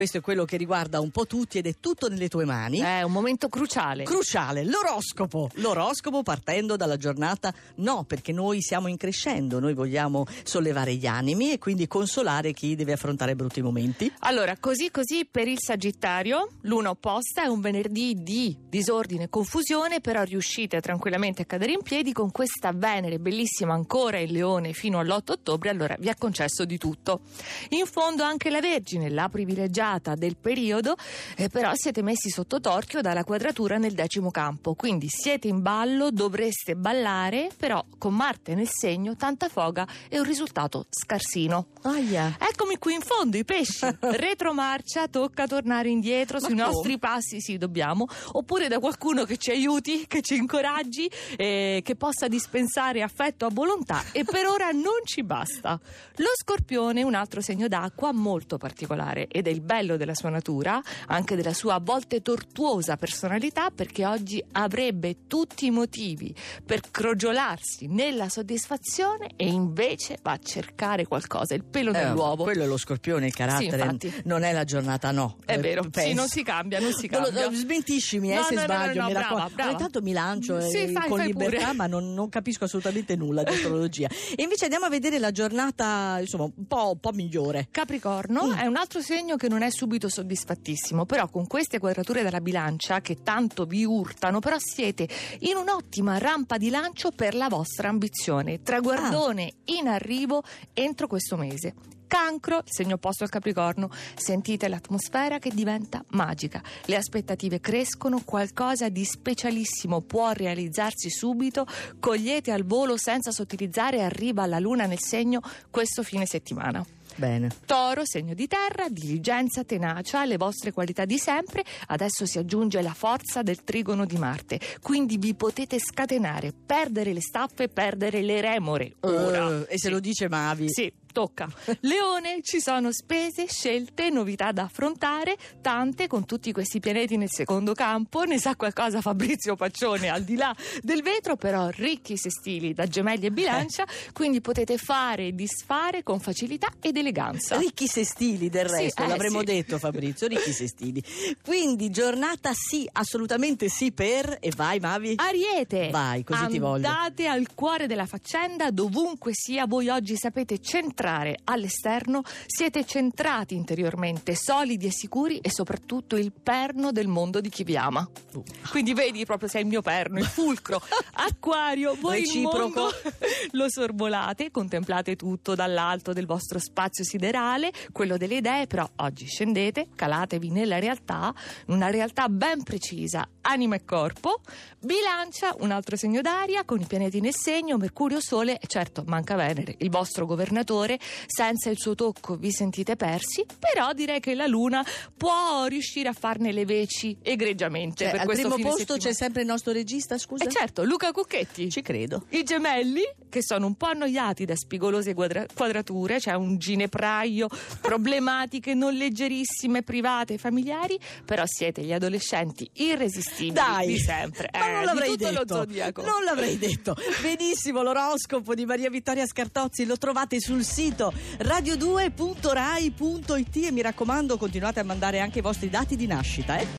Questo è quello che riguarda un po' tutti ed è tutto nelle tue mani. È un momento cruciale. Cruciale, l'oroscopo partendo dalla giornata no, perché noi siamo in crescendo, noi vogliamo sollevare gli animi e quindi consolare chi deve affrontare brutti momenti. Allora, così per il Sagittario, luna opposta, è un venerdì di disordine e confusione, però riuscite tranquillamente a cadere in piedi con questa Venere bellissima ancora in Leone fino all'8 ottobre, allora vi ha concesso di tutto. In fondo anche la Vergine, la privilegiata del periodo, però siete messi sotto torchio dalla quadratura nel 10° campo, quindi siete in ballo, dovreste ballare, però con Marte nel segno tanta foga e un risultato scarsino. Aia. Eccomi qui in fondo, i pesci. Retromarcia, tocca tornare indietro sui nostri passi, sì, dobbiamo, oppure da qualcuno che ci aiuti, che ci incoraggi, che possa dispensare affetto a volontà, e per ora non ci basta. Lo Scorpione è un altro segno d'acqua molto particolare ed è il bello della sua natura, anche della sua a volte tortuosa personalità, perché oggi avrebbe tutti i motivi per crogiolarsi nella soddisfazione e invece va a cercare qualcosa, il pelo nell'uovo. Quello è lo Scorpione, il carattere, sì, non è la giornata no. È vero, sì, non si cambia. Smentiscimi se sbaglio, mi raccomando. Brava. Intanto mi lancio con fai libertà, pure. ma non capisco assolutamente nulla di astrologia. E invece andiamo a vedere la giornata, insomma, un po' migliore. Capricorno è un altro segno che non è subito soddisfattissimo, però con queste quadrature della bilancia che tanto vi urtano, però siete in un'ottima rampa di lancio per la vostra ambizione, traguardone in arrivo entro questo mese. Cancro, il segno opposto al Capricorno, sentite l'atmosfera che diventa magica, le aspettative crescono, qualcosa di specialissimo può realizzarsi subito, cogliete al volo senza sottilizzare, arriva la luna nel segno questo fine settimana. Bene. Toro, segno di terra, diligenza, tenacia, le vostre qualità di sempre. Adesso si aggiunge la forza del trigono di Marte, quindi vi potete scatenare, perdere le staffe, perdere le remore. Ora. E se lo dice Mavi. Sì, tocca. Leone, ci sono spese, scelte, novità da affrontare, tante con tutti questi pianeti nel 2° campo. Ne sa qualcosa Fabrizio Paccione al di là del vetro, però ricchi sestili da Gemelli e Bilancia, quindi potete fare e disfare con facilità ed eleganza. Ricchi sestili del resto, l'avremmo detto Fabrizio, ricchi sestili. Quindi giornata sì, assolutamente sì per... E vai Mavi. Ariete. Vai, così ti voglio. Andate al cuore della faccenda, dovunque sia, voi oggi sapete centrare all'esterno, siete centrati interiormente, solidi e sicuri e soprattutto il perno del mondo di chi vi ama. Quindi vedi, proprio sei il mio perno, il fulcro. Acquario, voi reciproco. Il mondo lo sorvolate, contemplate tutto dall'alto del vostro spazio siderale, quello delle idee, però oggi scendete, calatevi nella realtà, una realtà ben precisa, anima e corpo. Bilancia, un altro segno d'aria, con i pianeti nel segno, Mercurio, Sole, e certo manca Venere, il vostro governatore. Senza il suo tocco vi sentite persi, però direi che la Luna può riuscire a farne le veci egregiamente. Cioè, per al questo primo fine posto settimana. c'è sempre il nostro regista, scusa? Certo, Luca Cucchetti. Ci credo. I Gemelli, che sono un po' annoiati da spigolose quadrature, cioè un ginepraio, problematiche non leggerissime, private, familiari, però siete gli adolescenti irresistibili di sempre. Ma non l'avrei di tutto detto. Lo zodiaco. Non l'avrei detto. Benissimo, l'oroscopo di Maria Vittoria Scartozzi lo trovate sul sito radio2.rai.it e mi raccomando continuate a mandare anche i vostri dati di nascita,